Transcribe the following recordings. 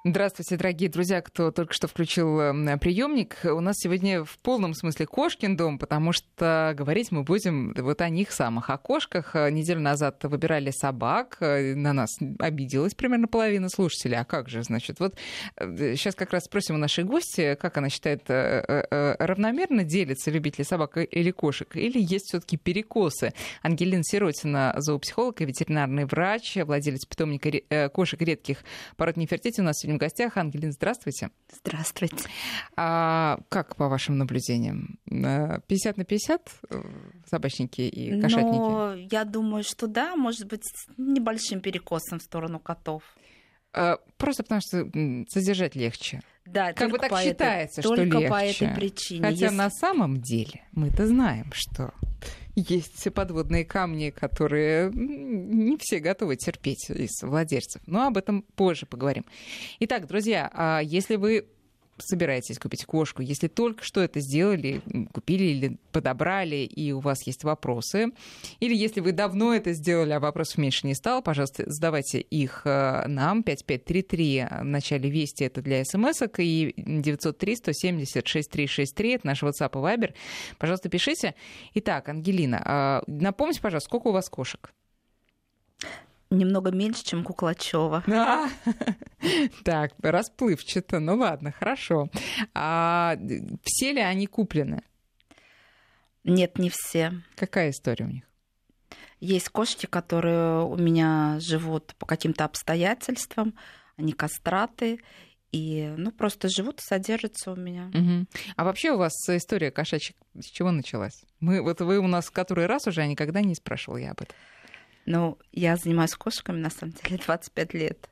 Здравствуйте, дорогие друзья, кто только что включил приемник. У нас сегодня в полном смысле кошкин дом, потому что говорить мы будем вот о них самых, о кошках. Неделю назад выбирали собак, на нас обиделась примерно половина слушателей. А как же, значит, вот сейчас как раз спросим у нашей гости, как она считает, равномерно делятся любители собак или кошек, или есть все-таки перекосы? Ангелина Сиротина, зоопсихолог и ветеринарный врач, владелец питомника кошек редких пород Нефертити, у нас сегодня в гостях. Ангелина, здравствуйте. Здравствуйте. Как по вашим наблюдениям? 50 на 50 собачники и кошатники? Ну, я думаю, что да, может быть, с небольшим перекосом в сторону котов. Просто потому что содержать легче. Да, как бы так считается, что только легче. По этой причине. Хотя на самом деле мы-то знаем, что есть все подводные камни, которые не все готовы терпеть из владельцев. Но об этом позже поговорим. Итак, друзья, если вы собираетесь купить кошку, если только что это сделали, купили или подобрали, и у вас есть вопросы, или если вы давно это сделали, а вопросов меньше не стало, пожалуйста, задавайте их нам. 5533 в начале Вести, это для смс-ок, и 903-170-6363, это наш WhatsApp и Viber. Пожалуйста, пишите. Итак, Ангелина, напомните, пожалуйста, сколько у вас кошек? Немного меньше, чем Куклачёва. Так, расплывчато. Ну ладно, хорошо. Все ли они куплены? Нет, не все. Какая история у них? Есть кошки, которые у меня живут по каким-то обстоятельствам. Они кастраты. И, просто живут и содержатся у меня. Угу. А вообще у вас история кошачьих с чего началась? Вы у нас в который раз уже, я никогда не спрашивала я об этом. Я занимаюсь кошками, на самом деле, 25 лет.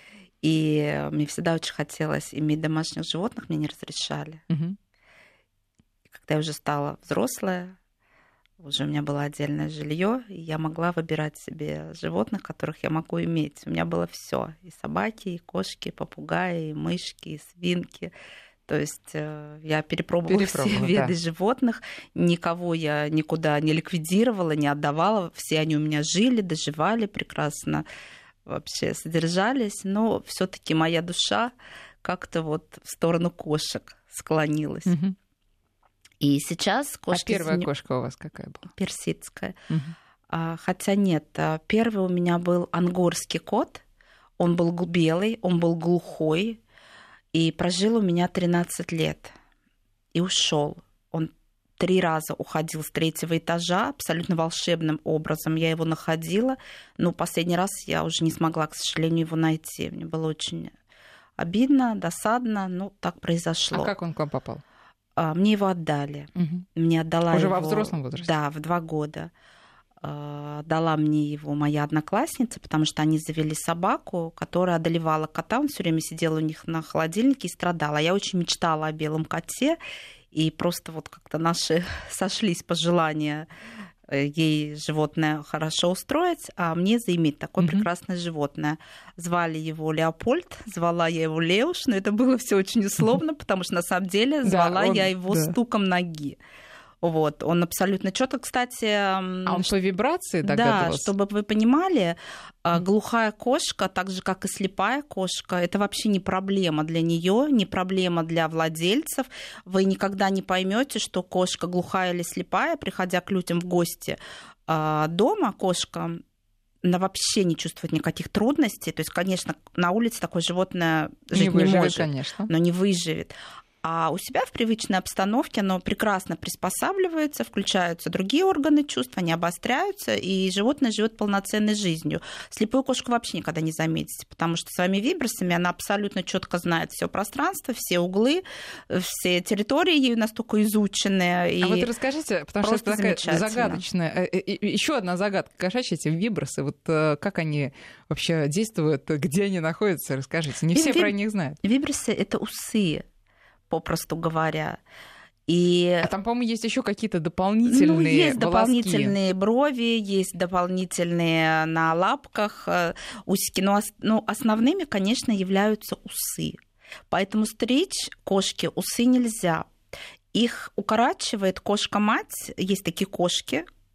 И мне всегда очень хотелось иметь домашних животных, мне не разрешали. Угу. И когда я уже стала взрослая, уже у меня было отдельное жилье, и я могла выбирать себе животных, которых я могу иметь. У меня было все: и собаки, и кошки, и попугаи, и мышки, и свинки. То есть я перепробовала все виды животных, никого я никуда не ликвидировала, не отдавала, все они у меня жили, доживали прекрасно, вообще содержались, но все-таки моя душа как-то вот в сторону кошек склонилась. Угу. И сейчас кошки... А первая кошка у вас какая была? Персидская. Угу. Хотя нет, первый у меня был ангорский кот, он был белый, он был глухой, и прожил у меня 13 лет. И ушел. Он 3 раза уходил с 3-го этажа абсолютно волшебным образом. Я его находила, но последний раз я уже не смогла, к сожалению, его найти. Мне было очень обидно, досадно, но так произошло. А как он к вам попал? Мне его отдали. Угу. Мне отдала уже его... во взрослом возрасте? Да, в 2 года. Дала мне его моя одноклассница, потому что они завели собаку, которая одолевала кота, он все время сидел у них на холодильнике и страдал. А я очень мечтала о белом коте, и просто вот как-то наши сошлись пожелания ей животное хорошо устроить, а мне заиметь такое прекрасное животное. Звали его Леопольд, звала я его Леуш, но это было все очень условно, потому что на самом деле звала я его стуком ноги. Вот, он абсолютно четко, кстати... А он по вибрации догадывался? Да, чтобы вы понимали, глухая кошка, так же, как и слепая кошка, это вообще не проблема для нее, не проблема для владельцев. Вы никогда не поймете, что кошка глухая или слепая, приходя к людям в гости дома, кошка, она вообще не чувствует никаких трудностей. То есть, конечно, на улице такое животное жить не может, конечно. Но не выживет. А у себя в привычной обстановке оно прекрасно приспосабливается, включаются другие органы чувств, они обостряются, и животное живет полноценной жизнью. Слепую кошку вообще никогда не заметите, потому что своими вибросами она абсолютно четко знает все пространство, все углы, все территории ею настолько изучены. А вот расскажите, потому что это такая загадочная, еще одна загадка кошачья, эти вибросы, вот как они вообще действуют, где они находятся, расскажите. Не все про них знают. Вибросы — это усы, попросту говоря. А там, по-моему, есть еще какие-то дополнительные есть волоски. Дополнительные брови, есть дополнительные на лапках усики. Но основными, конечно, являются усы. Поэтому стричь кошке усы нельзя. Их укорачивает кошка-мать. Есть такие кошки,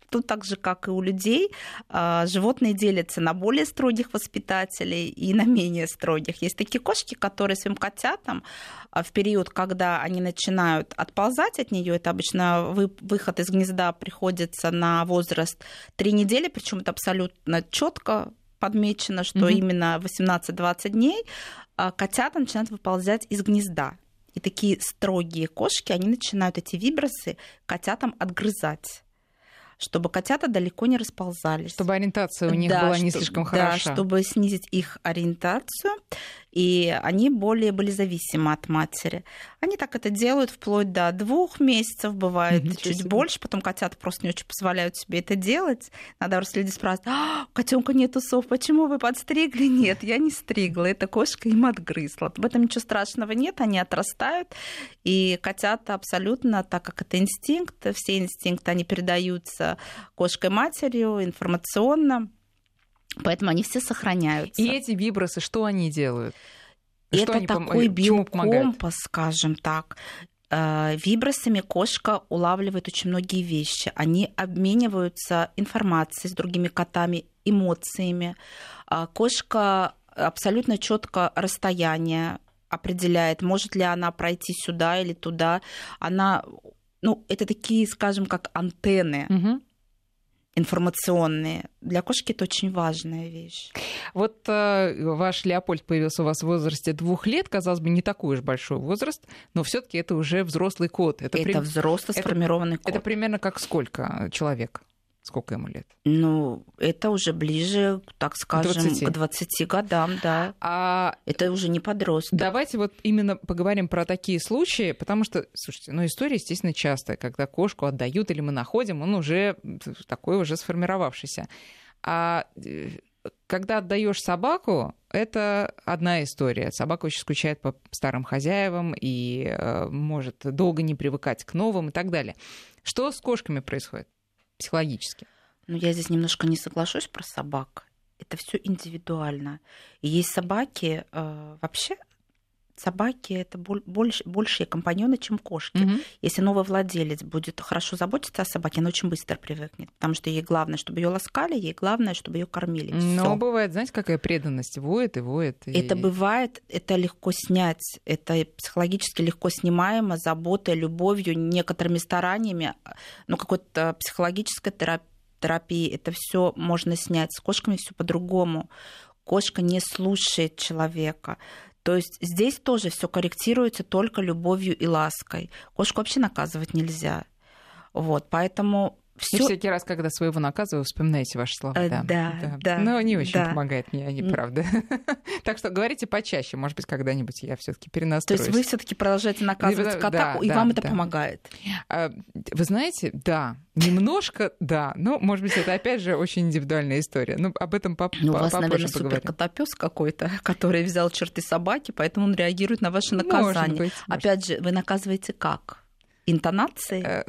Тут так же, как и у людей, животные делятся на более строгих воспитателей и на менее строгих. Есть такие кошки, которые своим котятам в период, когда они начинают отползать от нее, это обычно выход из гнезда приходится на возраст 3 недели, причем это абсолютно четко подмечено, что именно 18-20 дней котята начинают выползать из гнезда. И такие строгие кошки, они начинают эти вибросы котятам отгрызать, чтобы котята далеко не расползались. Чтобы ориентация у них была не слишком хороша. Да, чтобы снизить их ориентацию, и они более были зависимы от матери. Они так это делают вплоть до 2 месяцев, бывает чуть больше, потом котята просто не очень позволяют себе это делать. Надо люди спрашивают: у котенка нет усов, почему вы подстригли? Нет, я не стригла, эта кошка им отгрызла. В этом ничего страшного нет, они отрастают, и котята абсолютно, так как это инстинкт, все инстинкты, они передаются кошкой-матерью информационно, поэтому они все сохраняются. И эти вибросы, что они делают? Это они такой биокомпас, скажем так. Вибросами кошка улавливает очень многие вещи. Они обмениваются информацией с другими котами, эмоциями. Кошка абсолютно четко расстояние определяет, может ли она пройти сюда или туда. Она, это такие, скажем, как антенны. Информационные. Для кошки это очень важная вещь. Вот ваш Леопольд появился у вас в возрасте 2 лет, казалось бы, не такой уж большой возраст, но все-таки это уже взрослый кот. Это взрослый сформированный кот. Это примерно как сколько человек? Сколько ему лет? Это уже ближе, так скажем, к 20 годам, да. Это уже не подросток. Давайте вот именно поговорим про такие случаи, потому что, слушайте, история, естественно, частая, когда кошку отдают или мы находим, он уже такой уже сформировавшийся. А когда отдаешь собаку, это одна история. Собака очень скучает по старым хозяевам и может долго не привыкать к новым и так далее. Что с кошками происходит психологически? Я здесь немножко не соглашусь про собак. Это все индивидуально. И есть собаки, вообще собаки это большие компаньоны, чем кошки. Если новый владелец будет хорошо заботиться о собаке, она очень быстро привыкнет, потому что ей главное, чтобы ее ласкали, ей главное, чтобы ее кормили. Но Всё. бывает, знаете, какая преданность, воет и воет. Это бывает, это легко снять, это психологически легко снимаемо, заботой, любовью, некоторыми стараниями, какой-то психологической терапии, это все можно снять. С кошками все по-другому. Кошка не слушает человека. То есть здесь тоже все корректируется только любовью и лаской. Кошку вообще наказывать нельзя. Поэтому И всякий раз, когда своего наказываю, вспоминаете ваши слова. Да. Но не очень помогает мне, они правда. Так что говорите почаще, может быть, когда-нибудь я все-таки перенастроюсь. То есть вы все-таки продолжаете наказывать кота, и вам это помогает? Вы знаете, да, немножко, да. Но, может быть, это опять же очень индивидуальная история. Но об этом попозже поговорим. У вас, наверное, суперкотопёс какой-то, который взял черты собаки, поэтому он реагирует на ваше наказание. Опять же, вы наказываете как? Интонации?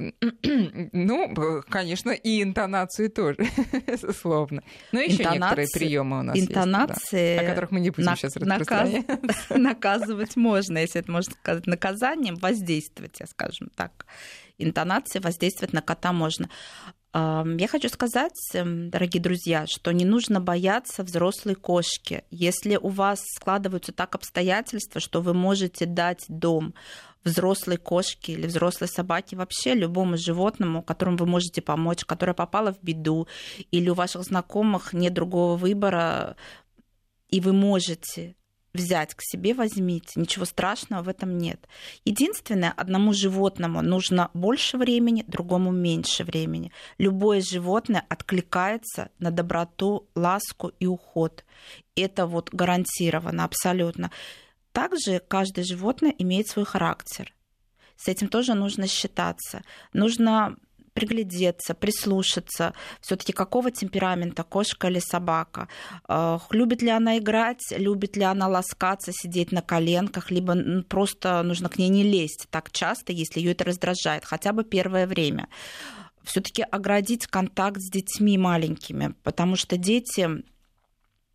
Конечно, и интонации тоже, безусловно. Но еще некоторые приемы у нас интонации есть, о которых мы не будем сейчас распространяться. Наказывать можно, если это можно сказать, наказанием, воздействовать, скажем так. Интонации воздействовать на кота можно. Я хочу сказать, дорогие друзья, что не нужно бояться взрослой кошки. Если у вас складываются так обстоятельства, что вы можете дать дом взрослой кошке или взрослой собаке, вообще любому животному, которому вы можете помочь, которое попало в беду, или у ваших знакомых нет другого выбора, и вы можете взять к себе, возьмите. Ничего страшного в этом нет. Единственное, одному животному нужно больше времени, другому меньше времени. Любое животное откликается на доброту, ласку и уход. Это гарантированно, абсолютно. Также каждое животное имеет свой характер. С этим тоже нужно считаться. Нужно приглядеться, прислушаться, все-таки какого темперамента кошка или собака. Любит ли она играть, любит ли она ласкаться, сидеть на коленках, либо просто нужно к ней не лезть так часто, если ее это раздражает, хотя бы первое время. Все-таки оградить контакт с детьми маленькими, потому что дети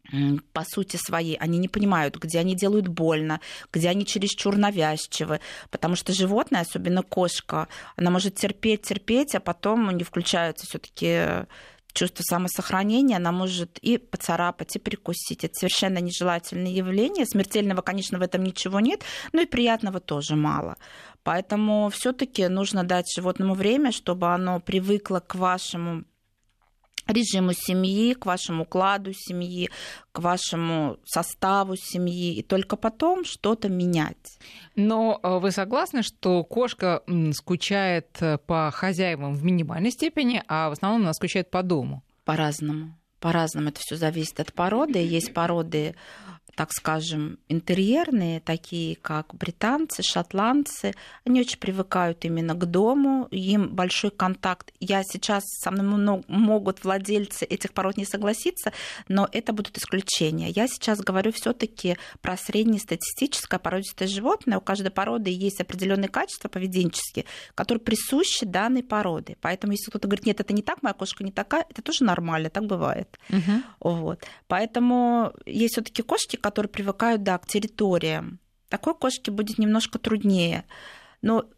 по сути своей, они не понимают, где они делают больно, где они чересчур навязчивы, потому что животное, особенно кошка, она может терпеть, а потом у нее включаются все-таки чувство самосохранения, она может и поцарапать, и прикусить. Это совершенно нежелательное явление. Смертельного, конечно, в этом ничего нет, но и приятного тоже мало. Поэтому все-таки нужно дать животному время, чтобы оно привыкло к вашему режиму семьи, к вашему укладу семьи, к вашему составу семьи, и только потом что-то менять. Но вы согласны, что кошка скучает по хозяевам в минимальной степени, а в основном она скучает по дому? По-разному. По-разному это все зависит от породы. Есть породы, так скажем, интерьерные, такие как британцы, шотландцы. Они очень привыкают именно к дому, им большой контакт. Я сейчас, со мной могут владельцы этих пород не согласиться, но это будут исключения. Я сейчас говорю все-таки про среднестатистическое породистое животное. У каждой породы есть определенные качества поведенческие, которые присущи данной породе. Поэтому если кто-то говорит, нет, это не так, моя кошка не такая, это тоже нормально, так бывает. Вот. Поэтому есть все-таки кошки, которые привыкают, да, к территориям. Такой кошке будет немножко труднее. Но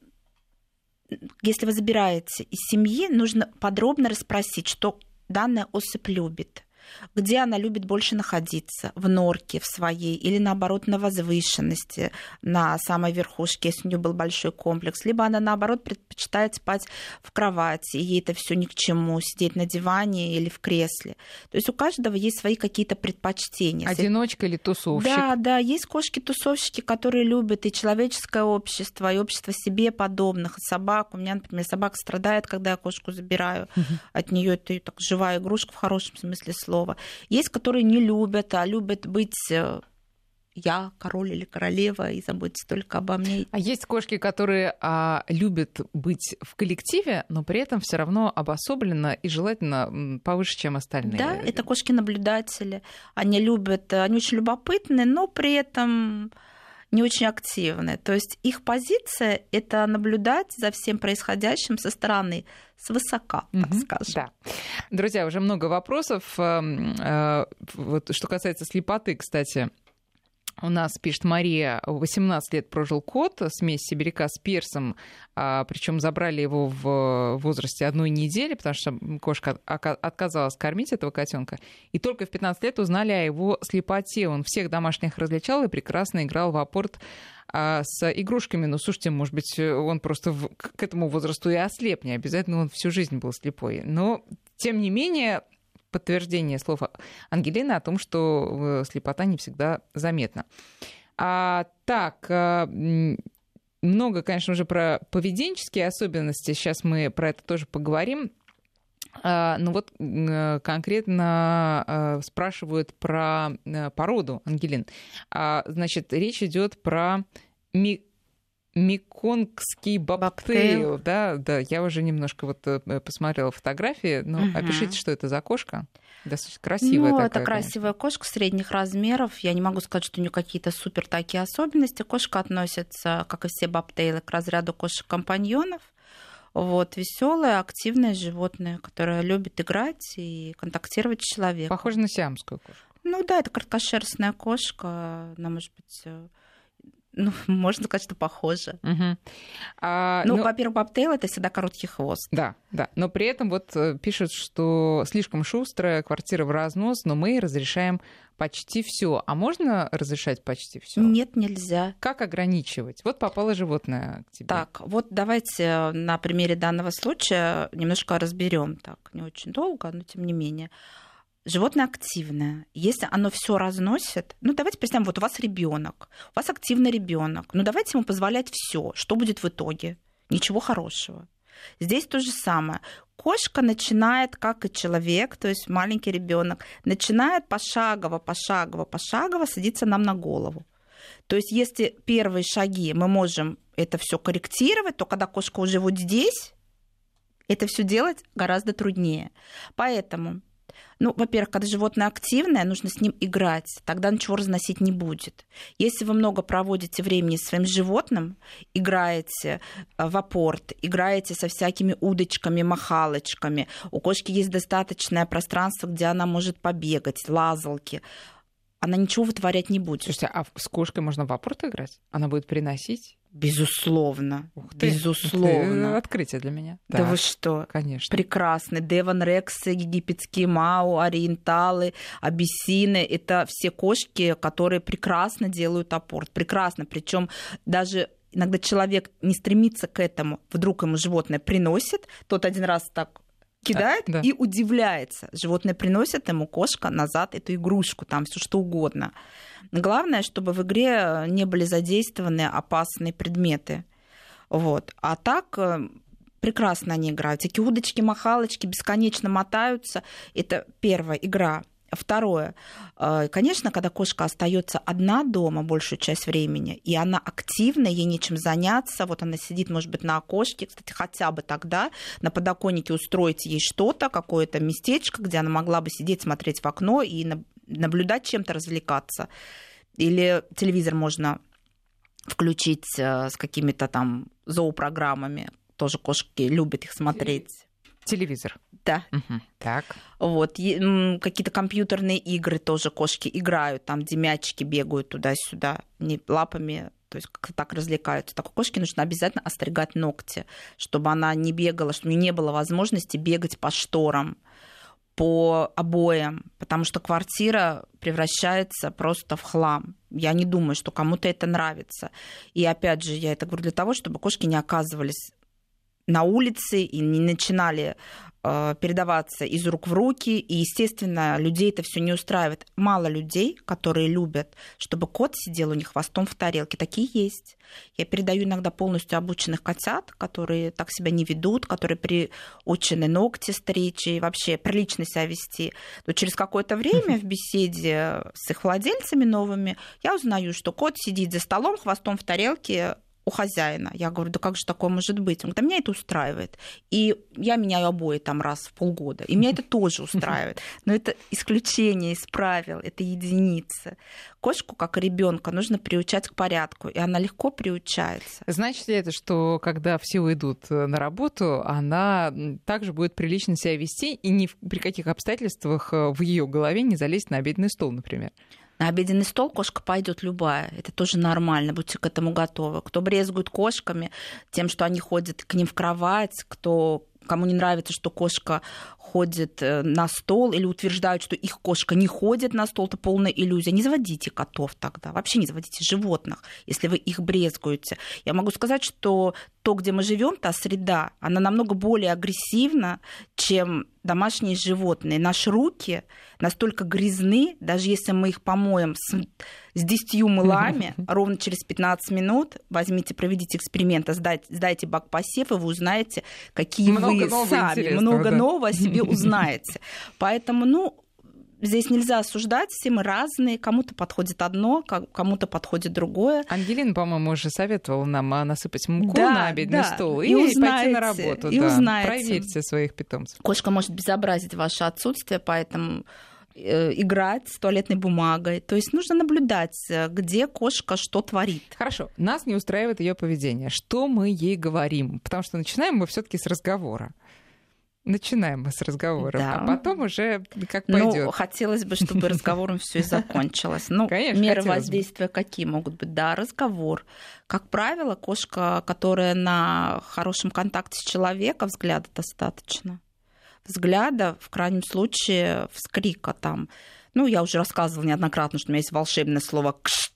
если вы забираете из семьи, нужно подробно расспросить, что данная особь любит. Где она любит больше находиться? В норке в своей или, наоборот, на возвышенности, на самой верхушке, если у нее был большой комплекс. Либо она, наоборот, предпочитает спать в кровати, и ей это все ни к чему, сидеть на диване или в кресле. То есть у каждого есть свои какие-то предпочтения. Одиночка или тусовщик? Да, есть кошки-тусовщики, которые любят и человеческое общество, и общество себе подобных, и собак. У меня, например, собака страдает, когда я кошку забираю от нее. Это так живая игрушка в хорошем смысле слова. Есть, которые не любят, а любят быть я, король или королева, и заботиться только обо мне. А есть кошки, которые любят быть в коллективе, но при этом все равно обособленно и желательно повыше, чем остальные. Да, это кошки-наблюдатели. Они любят, они очень любопытны, но при этом не очень активны. То есть их позиция — это наблюдать за всем происходящим со стороны, свысока, так скажем. Да. Друзья, уже много вопросов. Вот, что касается слепоты, кстати, у нас пишет Мария, 18 лет прожил кот, смесь сибиряка с персом, причем забрали его в возрасте 1 недели, потому что кошка отказалась кормить этого котенка. И только в 15 лет узнали о его слепоте. Он всех домашних различал и прекрасно играл в апорт с игрушками. Ну, слушайте, может быть, он просто к этому возрасту и ослеп, не обязательно он всю жизнь был слепой. Но, тем не менее, подтверждение слов Ангелины о том, что слепота не всегда заметна. Много, конечно, уже про поведенческие особенности. Сейчас мы про это тоже поговорим. Ну вот конкретно спрашивают про породу, Ангелин. Значит, речь идет про меконгский бобтейл. Да, я уже немножко вот посмотрела фотографии. Ну, опишите, что это за кошка. Достаточно красивая такая. Это красивая кошка средних размеров. Я не могу сказать, что у нее какие-то супер такие особенности. Кошка относится, как и все бобтейлы, к разряду кошек-компаньонов. Вот, веселое, активное животное, которое любит играть и контактировать с человеком. Похоже на сиамскую кошку. Ну да, это короткошерстная кошка. Она, может быть, можно сказать, что похоже. Во-первых, бобтейл — это всегда короткий хвост. Да. Но при этом вот пишут, что слишком шустрая, квартира в разнос, но мы разрешаем почти все. А можно разрешать почти все? Нет, нельзя. Как ограничивать? Вот попало животное к тебе. Так, вот давайте на примере данного случая немножко разберем. Так, не очень долго, но тем не менее. Животное активное. Если оно все разносит, давайте представим, вот у вас ребенок, у вас активный ребенок. Давайте ему позволять все. Что будет в итоге? Ничего хорошего. Здесь то же самое. Кошка начинает, как и человек, то есть маленький ребенок, начинает пошагово садиться нам на голову. То есть если первые шаги мы можем это все корректировать, то когда кошка уже вот здесь, это все делать гораздо труднее. Поэтому во-первых, когда животное активное, нужно с ним играть, тогда ничего разносить не будет. Если вы много проводите времени с своим животным, играете в апорт, играете со всякими удочками, махалочками, у кошки есть достаточное пространство, где она может побегать, лазалки, она ничего вытворять не будет. Слушайте, а с кошкой можно в апорт играть? Она будет приносить? Безусловно. Ух ты, Безусловно. Это открытие для меня. Да вы что? Конечно. Прекрасный. Девон Рексы, египетские Мау, ориенталы, абиссины. Это все кошки, которые прекрасно делают апорт. Прекрасно. Причем даже иногда человек не стремится к этому. Вдруг ему животное приносит, тот один раз так кидает и удивляется. Животное приносит ему, кошка, назад эту игрушку, там все что угодно. Главное, чтобы в игре не были задействованы опасные предметы. Вот. А так прекрасно они играют. Всякие удочки, махалочки бесконечно мотаются. Это первая игра. Второе. Конечно, когда кошка остается одна дома большую часть времени, и она активна, ей нечем заняться, вот она сидит, может быть, на окошке, кстати, хотя бы тогда на подоконнике устроить ей что-то, какое-то местечко, где она могла бы сидеть, смотреть в окно и наблюдать чем-то, развлекаться. Или телевизор можно включить с какими-то там зоопрограммами, тоже кошки любят их смотреть. Телевизор. Да. Угу. Так. Вот. Какие-то компьютерные игры тоже кошки играют, там, где мячики бегают туда-сюда, не лапами, то есть как-то так развлекаются. Такой кошке нужно обязательно остригать ногти, чтобы она не бегала, чтобы у нее не было возможности бегать по шторам, по обоям, потому что квартира превращается просто в хлам. Я не думаю, что кому-то это нравится. И опять же, я это говорю для того, чтобы кошки не оказывались на улице и не начинали передаваться из рук в руки. И, естественно, людей это все не устраивает. Мало людей, которые любят, чтобы кот сидел у них хвостом в тарелке. Такие есть. Я передаю иногда полностью обученных котят, которые так себя не ведут, которые приучены ногти стричь и вообще прилично себя вести. Но через какое-то время в беседе с их владельцами новыми я узнаю, что кот сидит за столом хвостом в тарелке у хозяина. Я говорю, да как же такое может быть? Он говорит, а меня это устраивает. И я меняю обои там раз в полгода. И меня это тоже устраивает. Но это исключение из правил, это единицы. Кошку, как и ребенка, нужно приучать к порядку, и она легко приучается. Значит ли это, что когда все уйдут на работу, она также будет прилично себя вести и ни при каких обстоятельствах в ее голове не залезть на обеденный стол, например? На обеденный стол кошка пойдет любая. Это тоже нормально, будьте к этому готовы. Кто брезгует кошками, тем, что они ходят к ним в кровать, кому не нравится, что кошка ходит на стол, или утверждают, что их кошка не ходит на стол, это полная иллюзия. Не заводите котов тогда, вообще не заводите животных, если вы их брезгуете. Я могу сказать, что то, где мы живем, та среда, она намного более агрессивна, чем домашние животные. Наши руки настолько грязны, даже если мы их помоем с 10 мылами, ровно через 15 минут возьмите, проведите эксперимент, сдайте бак-посев, и вы узнаете, какие вы сами много нового о себе узнаете. Поэтому, здесь нельзя осуждать, все мы разные, кому-то подходит одно, кому-то подходит другое. Ангелина, по-моему, уже советовала нам насыпать муку на обеденный стол и узнаете, пойти на работу. И узнаете. Проверьте своих питомцев. Кошка может безобразить ваше отсутствие, поэтому играть с туалетной бумагой. То есть нужно наблюдать, где кошка что творит. Хорошо, нас не устраивает ее поведение. Что мы ей говорим? Потому что начинаем мы все-таки с разговора. Начинаем мы с разговора, да. А потом уже как пойдет. Хотелось бы, чтобы разговором все и закончилось. Конечно, меры воздействия какие могут быть? Да, разговор. Как правило, кошка, которая на хорошем контакте с человеком, взгляда достаточно. Взгляда, в крайнем случае, вскрика там. Я уже рассказывала неоднократно, что у меня есть волшебное слово «кш»,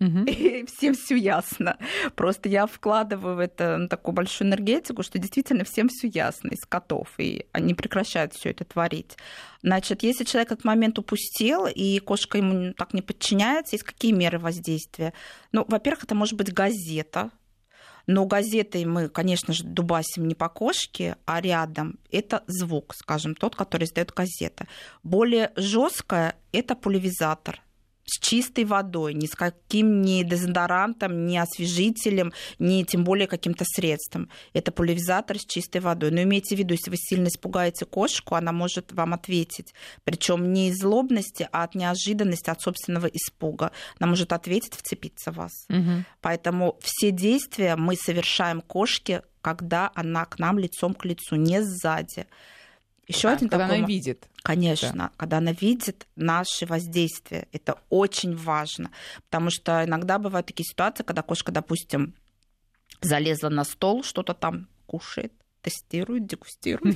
и всем все ясно. Просто я вкладываю в это такую большую энергетику, что действительно всем все ясно из котов, и они прекращают все это творить. Значит, если человек этот момент упустил, и кошка ему так не подчиняется, есть какие меры воздействия? Во-первых, это может быть газета. Но газетой мы, конечно же, дубасим не по кошке, а рядом. Это звук, скажем, тот, который издает газета. Более жесткое – это пульверизатор с чистой водой, ни с каким ни дезодорантом, ни освежителем, ни тем более каким-то средством. Это пульверизатор с чистой водой. Но имейте в виду, если вы сильно испугаете кошку, она может вам ответить. Причем не из злобности, а от неожиданности, от собственного испуга. Она может ответить, вцепиться в вас. Поэтому все действия мы совершаем кошке, когда она к нам лицом к лицу, не сзади. Еще один когда такой... она видит. Конечно, Да. когда она видит наши воздействия, это очень важно, потому что иногда бывают такие ситуации, когда кошка, допустим, залезла на стол, что-то там кушает, тестирует, дегустирует,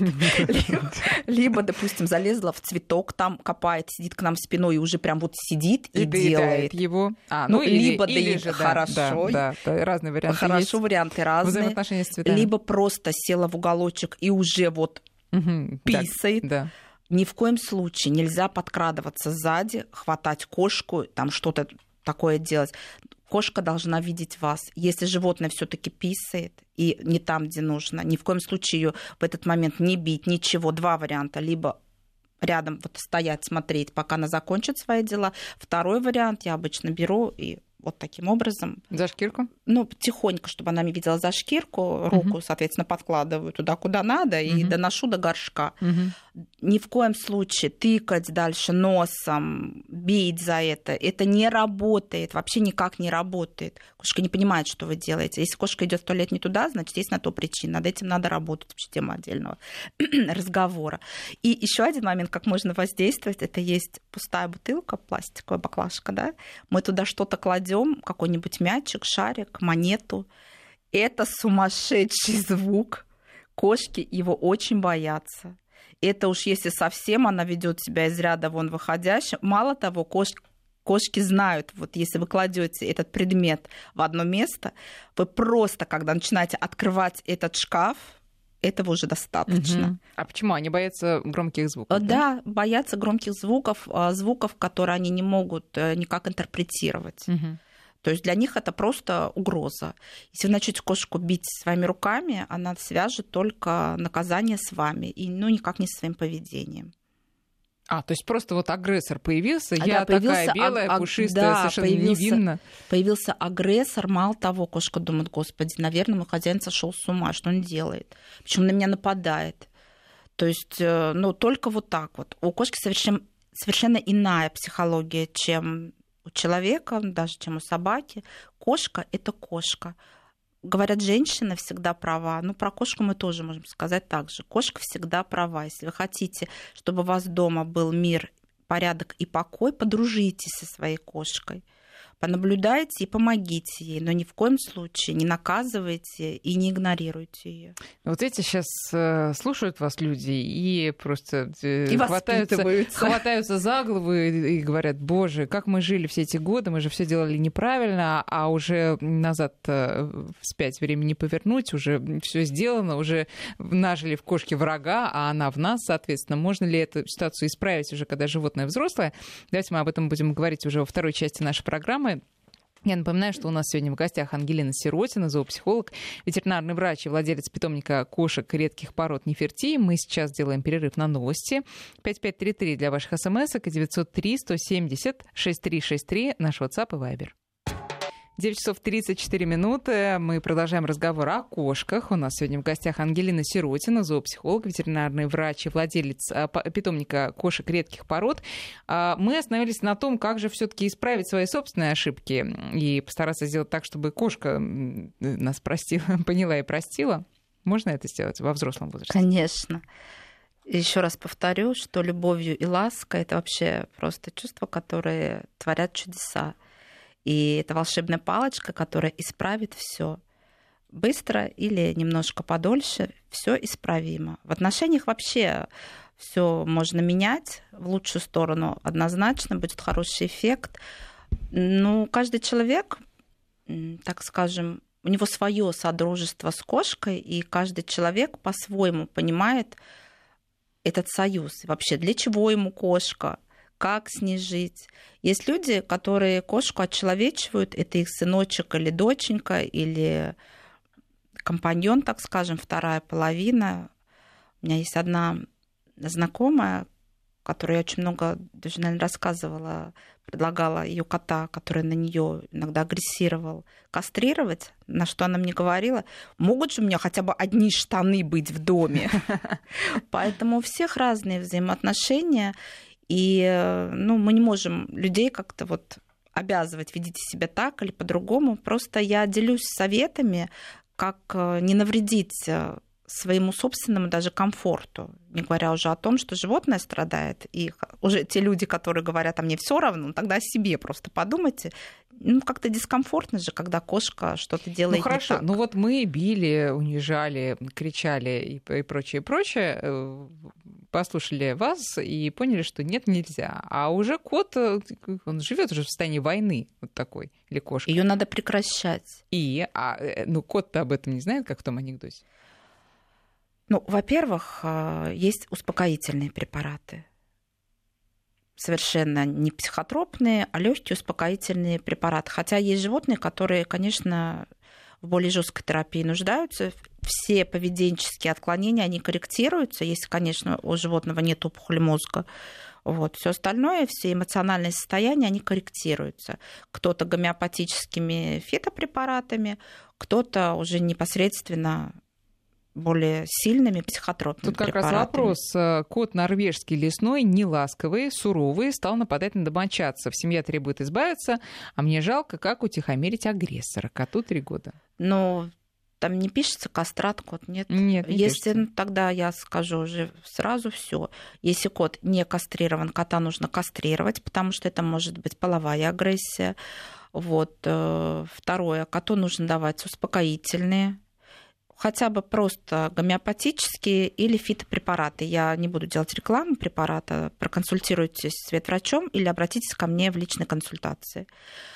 либо, допустим, залезла в цветок, там копает, сидит к нам спиной и уже прям вот сидит и делает его. Либо доедает хорошо, разные варианты. Хорошо, варианты разные. Взаимоотношения с цветами. Либо просто села в уголочек и уже вот писает. Да. Ни в коем случае нельзя подкрадываться сзади, хватать кошку, там что-то такое делать. Кошка должна видеть вас. Если животное все-таки писает и не там, где нужно, ни в коем случае ее в этот момент не бить, ничего. Два варианта. Либо рядом вот стоять, смотреть, пока она закончит свои дела. Второй вариант я обычно беру и вот таким образом. За шкирку? Тихонько, чтобы она не видела за шкирку, руку, соответственно, подкладываю туда, куда надо, и доношу до горшка. Ни в коем случае тыкать дальше носом, бить за это не работает, вообще никак не работает. Кошка не понимает, что вы делаете. Если кошка идет в туалет не туда, значит, есть на то причина. Над этим надо работать, вообще тема отдельного разговора. И еще один момент, как можно воздействовать, это есть пустая бутылка, пластиковая баклажка, да? Мы туда что-то кладем, какой-нибудь мячик, шарик, монету. Это сумасшедший звук. Кошки его очень боятся. Это уж если совсем она ведет себя из ряда вон выходящим. Мало того, кошки знают, вот если вы кладете этот предмет в одно место, вы просто, когда начинаете открывать этот шкаф, этого уже достаточно. А почему? Они боятся громких звуков? Да, боятся громких звуков, которые они не могут никак интерпретировать. То есть для них это просто угроза. Если вы начнете кошку бить своими руками, она свяжет только наказание с вами, и никак не со своим поведением. То есть просто вот агрессор появился, я такая белая, пушистая, совершенно невинна. Появился агрессор, мало того, кошка думает, господи, наверное, мой хозяин сошел с ума, что он делает? Почему на меня нападает? То есть, только вот так вот. У кошки совершенно иная психология, чем у человека, даже чем у собаки. Кошка – это кошка. Говорят, женщина всегда права. Про кошку мы тоже можем сказать так же. Кошка всегда права. Если вы хотите, чтобы у вас дома был мир, порядок и покой, подружитесь со своей кошкой. Понаблюдайте и помогите ей, но ни в коем случае не наказывайте и не игнорируйте ее. Вот эти сейчас слушают вас люди и просто хватаются за голову и говорят, боже, как мы жили все эти годы, мы же все делали неправильно, а уже назад вспять времени не повернуть, уже все сделано, уже нажили в кошке врага, а она в нас, соответственно. Можно ли эту ситуацию исправить уже, когда животное взрослое? Давайте мы об этом будем говорить уже во второй части нашей программы. Я напоминаю, что у нас сегодня в гостях Ангелина Сиротина, зоопсихолог, ветеринарный врач и владелец питомника кошек редких пород Нефертити. Мы сейчас делаем перерыв на новости. 5533 для ваших смс-ок и 903-170-6363 наш WhatsApp и Viber. 9 часов 34 минуты. Мы продолжаем разговор о кошках. У нас сегодня в гостях Ангелина Сиротина, зоопсихолог, ветеринарный врач и владелец питомника кошек редких пород. Мы остановились на том, как же все-таки исправить свои собственные ошибки и постараться сделать так, чтобы кошка нас простила, поняла и простила. Можно это сделать во взрослом возрасте? Конечно. Еще раз повторю, что любовью и лаской — это вообще просто чувства, которые творят чудеса. И это волшебная палочка, которая исправит все быстро или немножко подольше, все исправимо. В отношениях вообще все можно менять в лучшую сторону, однозначно будет хороший эффект. Каждый человек, так скажем, у него свое содружество с кошкой, и каждый человек по-своему понимает этот союз. И вообще, для чего ему кошка? Как с ней жить. Есть люди, которые кошку отчеловечивают, это их сыночек или доченька, или компаньон, так скажем, вторая половина. У меня есть одна знакомая, которой я очень много, даже, наверное, рассказывала, предлагала ее кота, который на нее иногда агрессировал, кастрировать, на что она мне говорила, могут же у меня хотя бы одни штаны быть в доме. Поэтому у всех разные взаимоотношения. И мы не можем людей как-то вот обязывать, ведите себя так или по-другому. Просто я делюсь советами, как не навредить своему собственному даже комфорту, не говоря уже о том, что животное страдает, и уже те люди, которые говорят, а мне все равно, тогда о себе просто подумайте. Как-то дискомфортно же, когда кошка что-то делает хорошо, не так. Ну вот мы били, унижали, кричали и прочее, послушали вас и поняли, что нет, нельзя. А уже кот, он живет уже в состоянии войны, вот такой, или кошка. Ее надо прекращать. Кот-то об этом не знает, как в том анекдоте. Во-первых, есть успокоительные препараты. Совершенно не психотропные, а легкие успокоительные препараты. Хотя есть животные, которые, конечно, в более жесткой терапии нуждаются. Все поведенческие отклонения, они корректируются, если, конечно, у животного нет опухоли мозга. Все остальное, все эмоциональные состояния, они корректируются. Кто-то гомеопатическими фитопрепаратами, кто-то уже непосредственно более сильными психотропными препаратами. Тут как раз вопрос. Кот норвежский лесной, неласковый, суровый, стал нападать на домочадцев. Семья требует избавиться, а мне жалко, как утихомирить агрессора. Коту 3 года. Там не пишется кастрат, кот нет. Нет, не Если пишется. Тогда я скажу уже сразу все. Если кот не кастрирован, кота нужно кастрировать, потому что это может быть половая агрессия. Второе. Коту нужно давать успокоительные, хотя бы просто гомеопатические или фитопрепараты. Я не буду делать рекламу препарата. Проконсультируйтесь с ветврачом или обратитесь ко мне в личной консультации.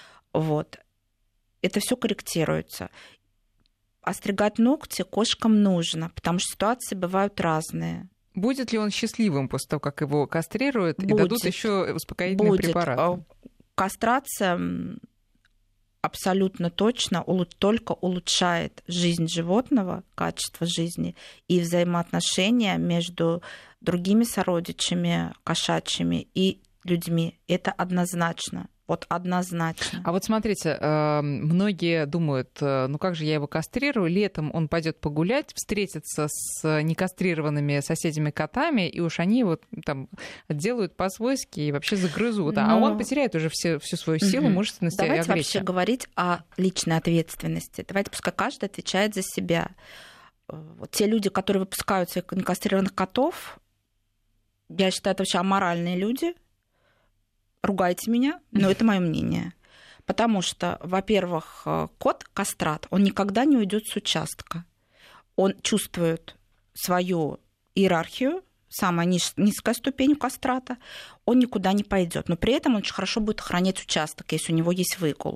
Это все корректируется. Остригать ногти кошкам нужно, потому что ситуации бывают разные. Будет ли он счастливым после того, как его кастрируют, и дадут еще успокоительные препараты? Кастрация абсолютно точно только улучшает жизнь животного, качество жизни и взаимоотношения между другими сородичами, кошачьими и людьми. Это однозначно. Однозначно. А смотрите, многие думают, как же я его кастрирую, летом он пойдет погулять, встретится с некастрированными соседями котами, и уж они его там делают по-свойски и вообще загрызут. А он потеряет уже всю свою силу, мужественность и агрессию. Давайте вообще говорить о личной ответственности. Давайте пускай каждый отвечает за себя. Те люди, которые выпускают своих некастрированных котов, я считаю, это вообще аморальные люди. Ругайте меня, но это мое мнение. Потому что, во-первых, кот-кастрат, он никогда не уйдет с участка. Он чувствует свою иерархию, самая низкая ступень кастрата, он никуда не пойдет. Но при этом он очень хорошо будет охранять участок, если у него есть выгул.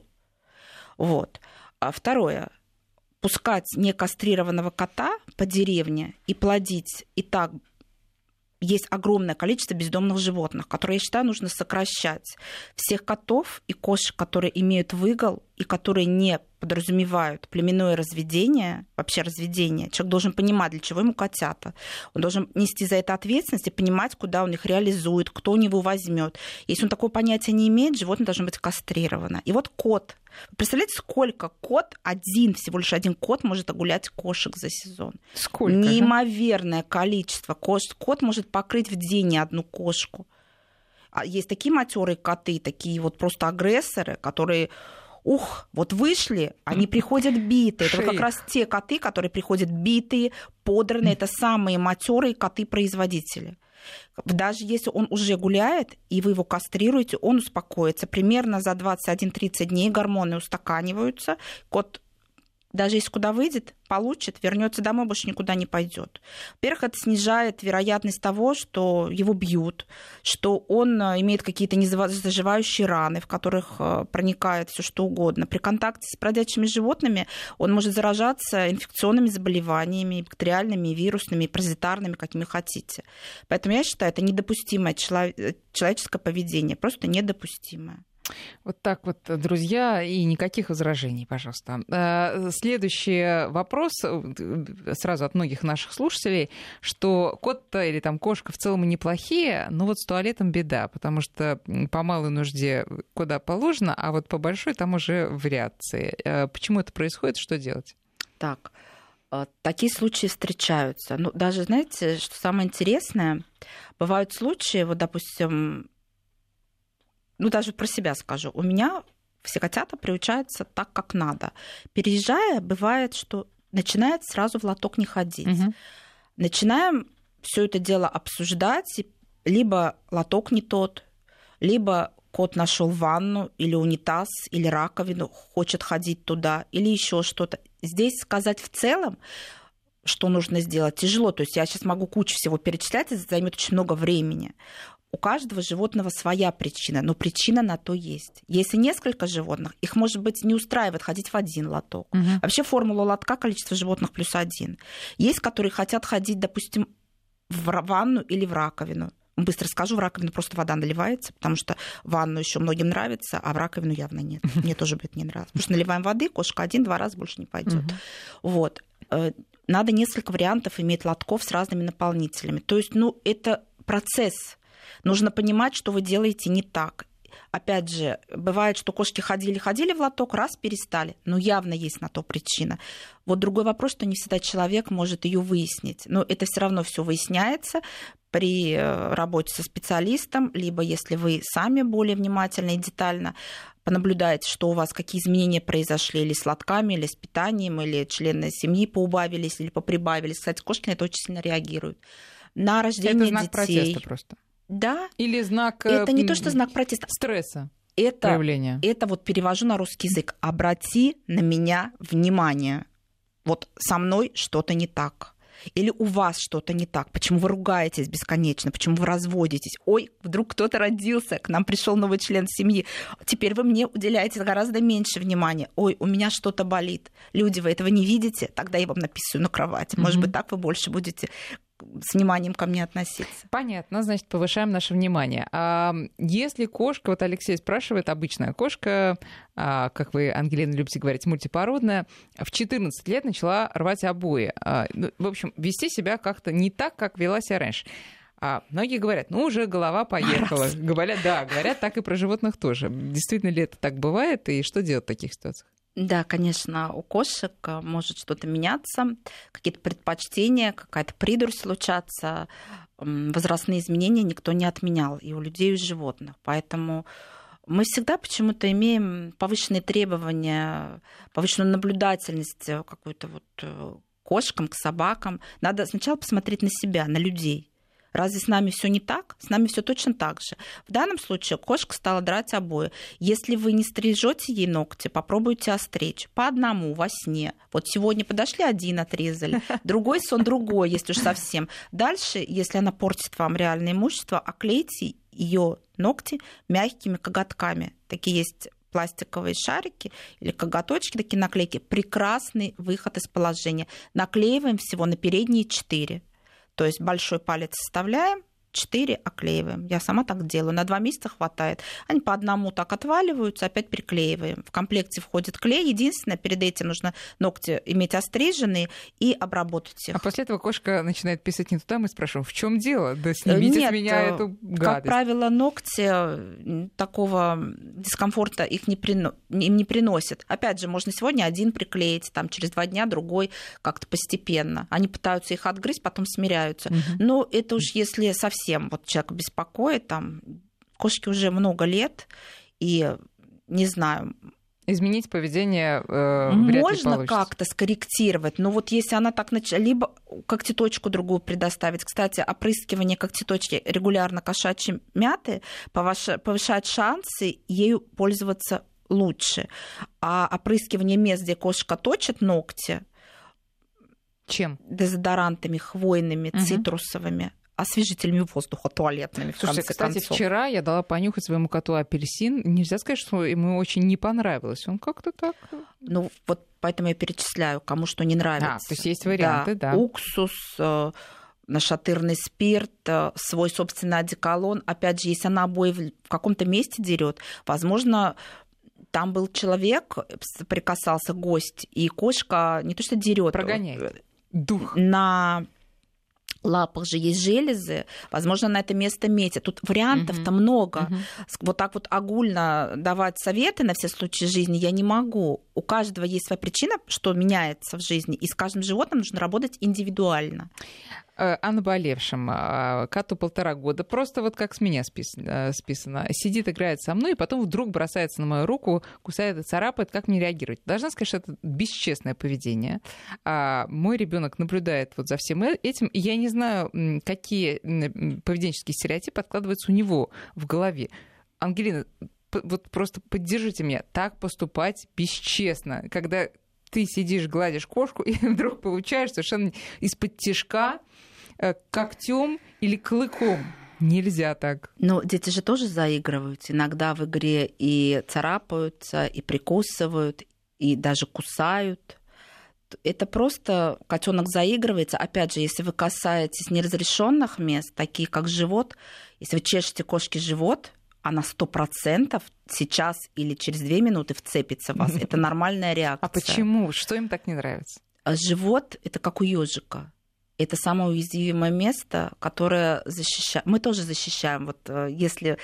А второе. Пускать некастрированного кота по деревне и плодить и так. Есть огромное количество бездомных животных, которые, я считаю, нужно сокращать. Всех котов и кошек, которые имеют выгул и которые не подразумевают племенное разведение, вообще разведение, человек должен понимать, для чего ему котята. Он должен нести за это ответственность и понимать, куда он их реализует, кто у него возьмет. Если он такое понятие не имеет, животное должно быть кастрировано. И кот. Представляете, сколько всего лишь один кот может огулять кошек за сезон? Сколько? Неимоверное количество кошек. Кот может покрыть в день не одну кошку. А есть такие матерые коты, такие просто агрессоры, которые вышли, они приходят битые. Это как раз те коты, которые приходят битые, подранные. Это самые матерые коты-производители. Даже если он уже гуляет, и вы его кастрируете, он успокоится. Примерно за 21-30 дней гормоны устаканиваются. Кот, даже если куда выйдет, получит, вернется домой, больше никуда не пойдет. Во-первых, это снижает вероятность того, что его бьют, что он имеет какие-то незаживающие раны, в которых проникает все что угодно. При контакте с бродячими животными он может заражаться инфекционными заболеваниями, бактериальными, вирусными, паразитарными, какими хотите. Поэтому я считаю, это недопустимое человеческое поведение, просто недопустимое. Друзья, и никаких возражений, пожалуйста. Следующий вопрос сразу от многих наших слушателей, что кот или кошка в целом неплохие, но с туалетом беда, потому что по малой нужде куда положено, а по большой там уже вариации. Почему это происходит, что делать? Такие случаи встречаются. Даже, знаете, что самое интересное, бывают случаи, допустим, даже про себя скажу. У меня все котята приучаются так, как надо. Переезжая, бывает, что начинает сразу в лоток не ходить. Начинаем все это дело обсуждать, либо лоток не тот, либо кот нашел ванну или унитаз, или раковину, хочет ходить туда, или еще что-то. Здесь сказать в целом, что нужно сделать, тяжело. То есть я сейчас могу кучу всего перечислять, это займет очень много времени. У каждого животного своя причина, но причина на то есть. Если несколько животных, их, может быть, не устраивает ходить в один лоток. Вообще формула лотка — количество животных плюс 1. Есть, которые хотят ходить, допустим, в ванну или в раковину. Быстро скажу, в раковину просто вода наливается, потому что ванну еще многим нравится, а в раковину явно нет. Мне тоже бы это не нравилось. Потому что наливаем воды, кошка 1-2 раза больше не пойдет. Вот. Надо несколько вариантов иметь лотков с разными наполнителями. То есть, это процесс. Нужно понимать, что вы делаете не так. Опять же, бывает, что кошки ходили в лоток, раз перестали. Но явно есть на то причина. Вот другой вопрос, что не всегда человек может ее выяснить. Но это все равно все выясняется при работе со специалистом, либо если вы сами более внимательно и детально понаблюдаете, что у вас какие изменения произошли или с лотками, или с питанием, или члены семьи поубавились, или поприбавились. Кстати, кошки на это очень сильно реагируют. На рождение детей. Это знак протеста просто. Да. Или знак это не то, что знак протеста. Стресса. Это вот перевожу на русский язык. Обрати на меня внимание. Вот со мной что-то не так. Или у вас что-то не так. Почему вы ругаетесь бесконечно? Почему вы разводитесь? Ой, вдруг кто-то родился, к нам пришел новый член семьи. Теперь вы мне уделяете гораздо меньше внимания. Ой, у меня что-то болит. Люди, вы этого не видите? Тогда я вам написаю на кровати. Может быть, так вы больше будете с вниманием ко мне относиться. Понятно, значит, повышаем наше внимание. А если кошка, вот Алексей спрашивает, обычная кошка, как вы, Ангелина, любите говорить, мультипородная, в 14 лет начала рвать обои. В общем, вести себя как-то не так, как вела себя раньше. А многие говорят, уже голова поехала. Говорят, так и про животных тоже. Действительно ли это так бывает, и что делать в таких ситуациях? Да, конечно, у кошек может что-то меняться, какие-то предпочтения, какая-то придурь случаться. Возрастные изменения никто не отменял, и у людей, и у животных. Поэтому мы всегда почему-то имеем повышенные требования, повышенную наблюдательность какую-то вот кошкам, к собакам. Надо сначала посмотреть на себя, на людей. Разве с нами все не так? С нами все точно так же. В данном случае кошка стала драть обои. Если вы не стрижете ей ногти, попробуйте остричь. По одному, во сне. Вот сегодня подошли, один отрезали, другой сон другой, если уж совсем. Дальше, если она портит вам реальное имущество, оклейте ее ногти мягкими коготками. Такие есть пластиковые шарики или коготочки, такие наклейки. Прекрасный выход из положения. Наклеиваем всего на передние 4. То есть большой палец вставляем, 4 оклеиваем. Я сама так делаю. На 2 месяца хватает. Они по одному так отваливаются, опять приклеиваем. В комплекте входит клей. Единственное, перед этим нужно ногти иметь остриженные и обработать их. А после этого кошка начинает писать не туда, мы спрашиваем, в чем дело? Да снимите с меня эту гадость. Как правило, ногти такого дискомфорта им не приносят. Опять же, можно сегодня один приклеить, там, через 2 дня другой, как-то постепенно. Они пытаются их отгрызть, потом смиряются. Но это уж если совсем вот человек беспокоит, там, кошке уже много лет, и, не знаю... Изменить поведение можно как-то скорректировать, но вот если она так начала, либо когтеточку другую предоставить. Кстати, опрыскивание когтеточки регулярно кошачьей мяты повышает шансы ею пользоваться лучше. А опрыскивание мест, где кошка точит ногти... Чем? Дезодорантами хвойными, цитрусовыми, освежителями воздуха, туалетными, в конце кстати, концов. Вчера я дала понюхать своему коту апельсин. Нельзя сказать, что ему очень не понравилось. Он как-то так... Ну, вот поэтому я перечисляю, кому что не нравится. То есть есть варианты, да. Уксус, нашатырный спирт, свой собственный одеколон. Опять же, если она обои в каком-то месте дерет, возможно... Там был человек, прикасался гость, и кошка не то что дерет, прогоняет дух. На лапах же есть железы, возможно, на это место метит. Тут вариантов-то много. Вот так вот огульно давать советы на все случаи жизни я не могу. У каждого есть своя причина, что меняется в жизни, и с каждым животным нужно работать индивидуально. О наболевшем. Коту 1,5 года. Просто вот как с меня списано. Сидит, играет со мной, и потом вдруг бросается на мою руку, кусает и царапает. Как мне реагировать? Должна сказать, что это бесчестное поведение. Мой ребенок наблюдает вот за всем этим, и я не знаю, какие поведенческие стереотипы откладываются у него в голове. Ангелина, вот просто поддержите меня. Так поступать бесчестно, когда ты сидишь, гладишь кошку, и вдруг получаешь совершенно из-под тишка когтем или клыком. Нельзя так. Но дети же тоже заигрывают. Иногда в игре и царапаются, и прикусывают, и даже кусают. Это просто котенок заигрывается. Опять же, если вы касаетесь неразрешенных мест, такие как живот, если вы чешете кошке живот, она 100% сейчас или через 2 минуты вцепится в вас. Это нормальная реакция. А почему? Что им так не нравится? Живот — это как у ежика. Это самое уязвимое место, которое защищает. Мы тоже защищаем. Вот если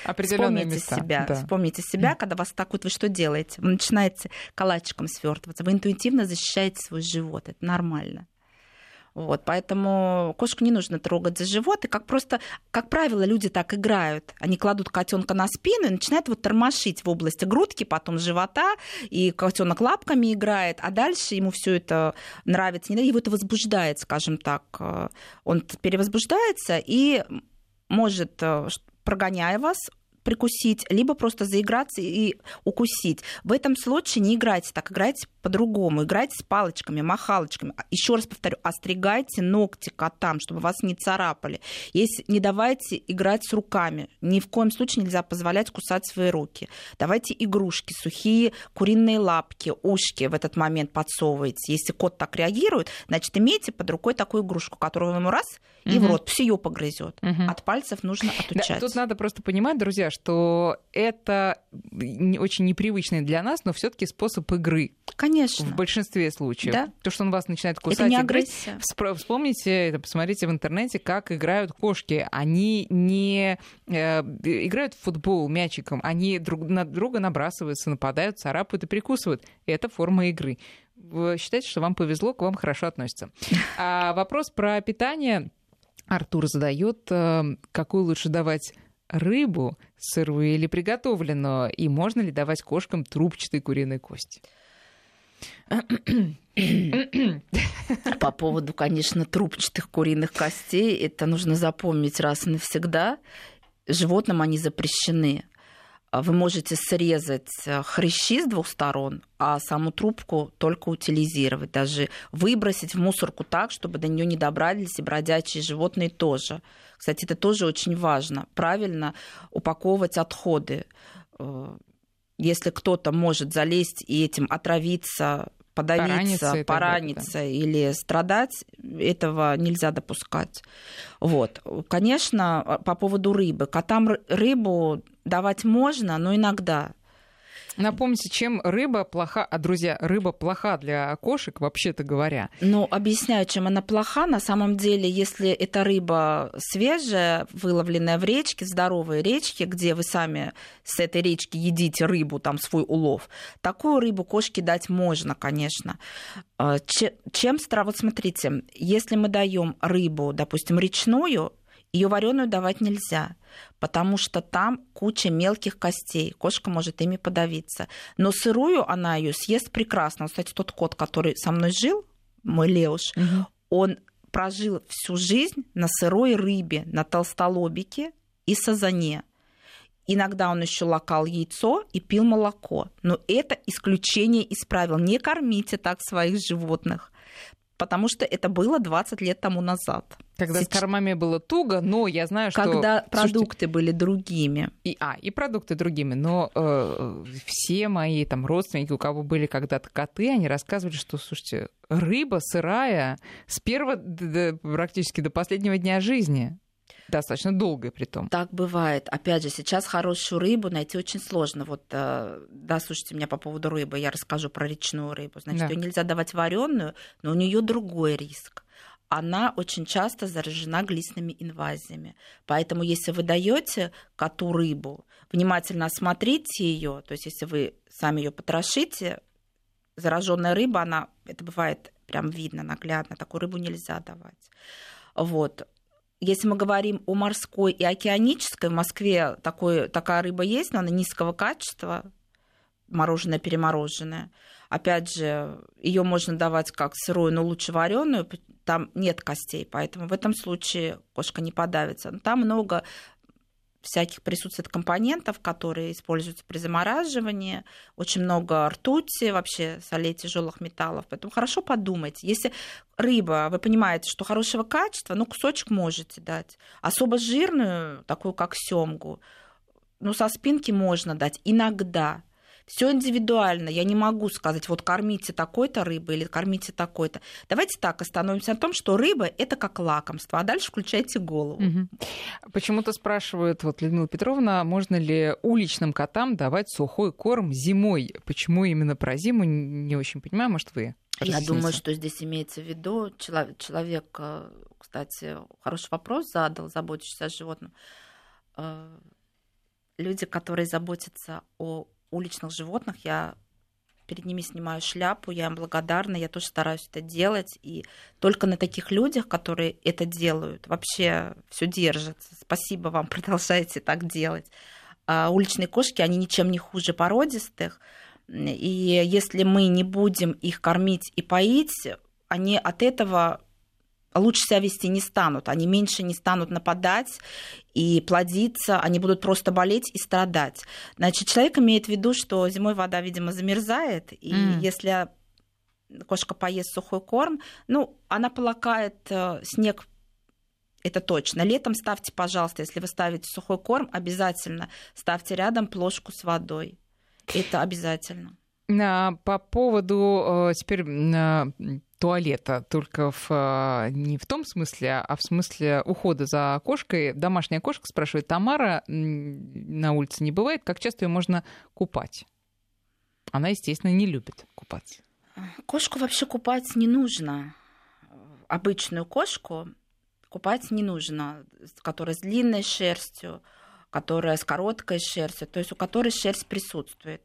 вспомните себя, когда вас так вот, вы что делаете? Вы начинаете калачиком свертываться, вы интуитивно защищаете свой живот. Это нормально. Вот, поэтому кошку не нужно трогать за живот. И как правило, люди так играют. Они кладут котенка на спину и начинают его тормошить в области грудки, потом живота, и котенок лапками играет, а дальше ему все это нравится, его это возбуждает, скажем так. Он перевозбуждается и может, прогоняя вас, прикусить, либо просто заиграться и укусить. В этом случае не играйте так, играйте по-другому. Играйте с палочками, махалочками. Еще раз повторю, остригайте ногти котам, чтобы вас не царапали. Не давайте играть с руками. Ни в коем случае нельзя позволять кусать свои руки. Давайте игрушки, сухие куриные лапки, ушки в этот момент подсовывайте. Если кот так реагирует, значит, имейте под рукой такую игрушку, которую ему раз и в рот, все ее погрызет. От пальцев нужно отучать. Да, тут надо просто понимать, друзья, что это очень непривычный для нас, но все-таки способ игры. Конечно. В большинстве случаев. Да? То, что он вас начинает кусать. Это не агрессия. Вспомните, посмотрите в интернете, как играют кошки. Они не играют в футбол мячиком, они друг на друга набрасываются, нападают, царапают и прикусывают. Это форма игры. Вы считаете, что вам повезло, к вам хорошо относятся. А вопрос про питание Артур задает. Какую лучше давать рыбу, сырую или приготовленную? И можно ли давать кошкам трубчатые куриные кости? По поводу, конечно, трубчатых куриных костей, это нужно запомнить раз и навсегда. Животным они запрещены. Вы можете срезать хрящи с 2 сторон, а саму трубку только утилизировать, даже выбросить в мусорку так, чтобы до нее не добрались и бродячие животные тоже. Кстати, это тоже очень важно. Правильно упаковывать отходы. Если кто-то может залезть и этим отравиться, подавиться, пораниться или страдать, этого нельзя допускать. Вот. Конечно, по поводу рыбы. Котам рыбу давать можно, но иногда. Напомните, чем рыба плоха, друзья, рыба плоха для кошек, вообще-то говоря. Ну, объясняю, чем она плоха. На самом деле, если эта рыба свежая, выловленная в речке, здоровой речке, где вы сами с этой речки едите рыбу, там свой улов, такую рыбу кошке дать можно, конечно. Вот смотрите, если мы даем рыбу, допустим, речную, ее вареную давать нельзя, потому что там куча мелких костей, кошка может ими подавиться. Но сырую она ее съест прекрасно. Кстати, тот кот, который со мной жил, мой Леуш, он прожил всю жизнь на сырой рыбе, на толстолобике и сазане. Иногда он еще лакал яйцо и пил молоко. Но это исключение из правил. Не кормите так своих животных, потому что это было 20 лет тому назад. Когда с кормами было туго, но я знаю, что... Когда продукты были другими. И продукты другими. Но все мои там родственники, у кого были когда-то коты, они рассказывали, что, слушайте, рыба сырая с первого практически до последнего дня жизни. Достаточно долгое при том. Так бывает. Опять же, сейчас хорошую рыбу найти очень сложно. Вот, слушайте меня по поводу рыбы, я расскажу про речную рыбу. Значит, ее нельзя давать вареную, но у нее другой риск. Она очень часто заражена глистными инвазиями. Поэтому, если вы даете коту рыбу, внимательно осмотрите ее. То есть, если вы сами ее потрошите, зараженная рыба, это бывает прям видно, наглядно. Такую рыбу нельзя давать. Вот. Если мы говорим о морской и океанической, в Москве такая рыба есть, но она низкого качества, мороженое, перемороженное. Опять же, ее можно давать как сырую, но лучше вареную, там нет костей, поэтому в этом случае кошка не подавится. Но там много всяких присутствует компонентов, которые используются при замораживании, очень много ртути, вообще солей, тяжелых металлов. Поэтому хорошо подумайте. Если рыба, вы понимаете, что хорошего качества, кусочек можете дать. Особо жирную, такую как сёмгу, со спинки можно дать иногда. Все индивидуально. Я не могу сказать, вот кормите такой-то рыбой или кормите такой-то. Давайте так остановимся на том, что рыба – это как лакомство, а дальше включайте голову. Почему-то спрашивают, Людмила Петровна, можно ли уличным котам давать сухой корм зимой? Почему именно про зиму? Не очень понимаю, может, вы Я думаю, что здесь имеется в виду человек, кстати, хороший вопрос задал, заботящийся о животном. Люди, которые заботятся о уличных животных, я перед ними снимаю шляпу, я им благодарна, я тоже стараюсь это делать, и только на таких людях, которые это делают, вообще все держится. Спасибо вам, продолжайте так делать. Уличные кошки, они ничем не хуже породистых, и если мы не будем их кормить и поить, они от этого лучше себя вести не станут, они меньше не станут нападать и плодиться, они будут просто болеть и страдать. Значит, человек имеет в виду, что зимой вода, видимо, замерзает, и если кошка поест сухой корм, она полакает снег, это точно. Летом ставьте, пожалуйста, если вы ставите сухой корм, обязательно ставьте рядом плошку с водой. Это обязательно. По поводу теперь туалета, только не в том смысле, а в смысле ухода за кошкой. Домашняя кошка, спрашивает Тамара, на улице не бывает, как часто ее можно купать? Она, естественно, не любит купаться. Кошку вообще купать не нужно. Обычную кошку купать не нужно, которая с длинной шерстью, которая с короткой шерстью, то есть у которой шерсть присутствует.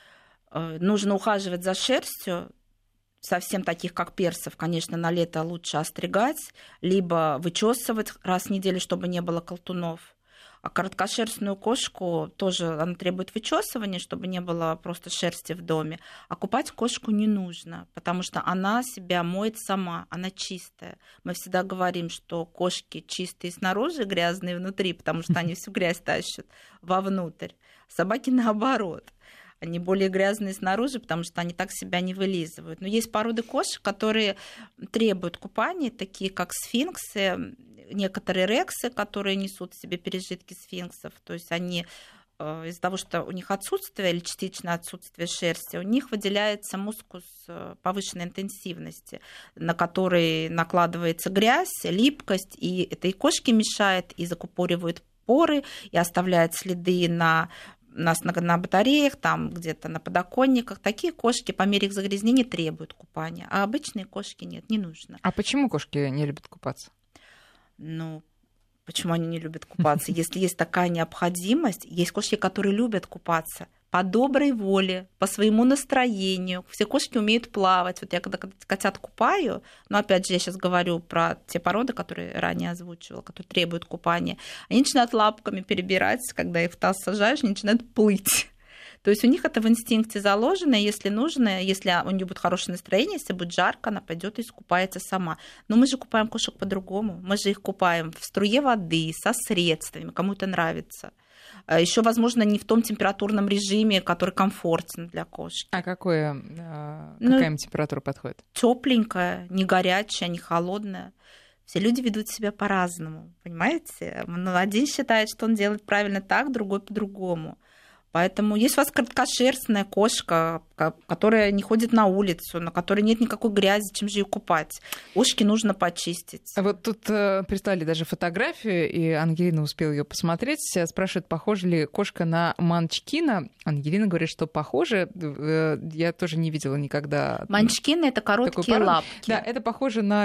Нужно ухаживать за шерстью. Совсем таких, как персов, конечно, на лето лучше остригать, либо вычесывать раз в неделю, чтобы не было колтунов. А короткошерстную кошку тоже она требует вычесывания, чтобы не было просто шерсти в доме. А купать кошку не нужно, потому что она себя моет сама, она чистая. Мы всегда говорим, что кошки чистые снаружи, грязные внутри, потому что они всю грязь тащат вовнутрь. Собаки наоборот. Они более грязные снаружи, потому что они так себя не вылизывают. Но есть породы кошек, которые требуют купания, такие как сфинксы, некоторые рексы, которые несут в себе пережитки сфинксов. То есть они из-за того, что у них отсутствие или частичное отсутствие шерсти, у них выделяется мускус повышенной интенсивности, на который накладывается грязь, липкость, и это и кошке мешает, и закупоривает поры, и оставляет следы на батареях, там где-то на подоконниках. Такие кошки по мере их загрязнения требуют купания, а обычные кошки нет, не нужно. А почему кошки не любят купаться? Почему они не любят купаться? Если есть такая необходимость, есть кошки, которые любят купаться по доброй воле, по своему настроению. Все кошки умеют плавать. Вот я когда котят купаю, но опять же я сейчас говорю про те породы, которые ранее озвучивала, которые требуют купания, они начинают лапками перебирать, когда их в таз сажаешь, они начинают плыть. То есть у них это в инстинкте заложено, если нужно, если у нее будет хорошее настроение, если будет жарко, она пойдет и искупается сама. Но мы же купаем кошек по-другому. Мы же их купаем в струе воды, со средствами, кому это нравится. Еще, возможно, не в том температурном режиме, который комфортен для кошки. А какая им температура подходит? Тепленькая, не горячая, не холодная. Все люди ведут себя по-разному, понимаете? Один считает, что он делает правильно так, другой по-другому. Поэтому есть у вас короткошерстная кошка, которая не ходит на улицу, на которой нет никакой грязи, чем же ее купать. Ушки нужно почистить. Вот тут прислали даже фотографию, и Ангелина успела ее посмотреть. Спрашивают, похожа ли кошка на манчкина. Ангелина говорит, что похоже. Я тоже не видела никогда. Манчкины — это короткие лапки. Да, это похоже на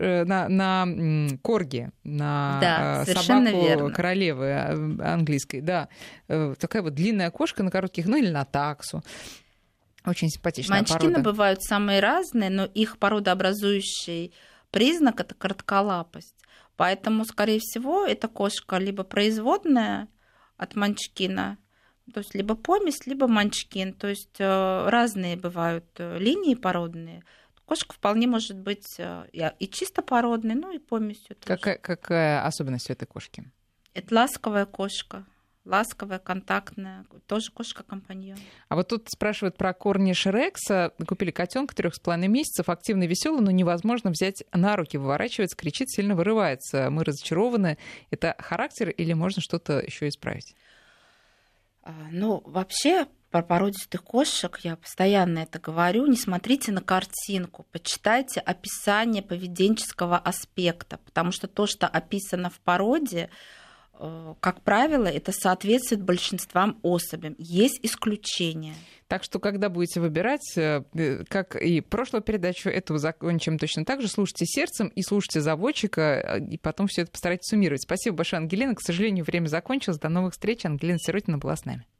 корги, на собаку верно. Королевы английской. Да, такая вот длинная кошка на коротких, или на таксу. Очень симпатичная порода. Манчкины бывают самые разные, но их породообразующий признак — это коротколапость. Поэтому, скорее всего, эта кошка либо производная от манчкина, то есть либо помесь, либо манчкин. То есть разные бывают линии породные. Кошка вполне может быть и чисто породной, ну и помесью тоже. Какая особенность у этой кошки? Это ласковая кошка. Ласковая, контактная, тоже кошка-компаньон. А вот тут спрашивают про Корниш Рекса. Купили котенка 3,5 месяцев, активный, веселый, но невозможно взять на руки, выворачивается, кричит, сильно вырывается. Мы разочарованы. Это характер или можно что-то еще исправить? Ну, вообще, про породистых кошек я постоянно это говорю. Не смотрите на картинку, почитайте описание поведенческого аспекта, потому что то, что описано в породе, как правило, это соответствует большинствам особям. Есть исключения. Так что, когда будете выбирать, как и прошлую передачу, эту закончим точно так же, слушайте сердцем и слушайте заводчика, и потом все это постарайтесь суммировать. Спасибо большое, Ангелина. К сожалению, время закончилось. До новых встреч. Ангелина Сиротина была с нами.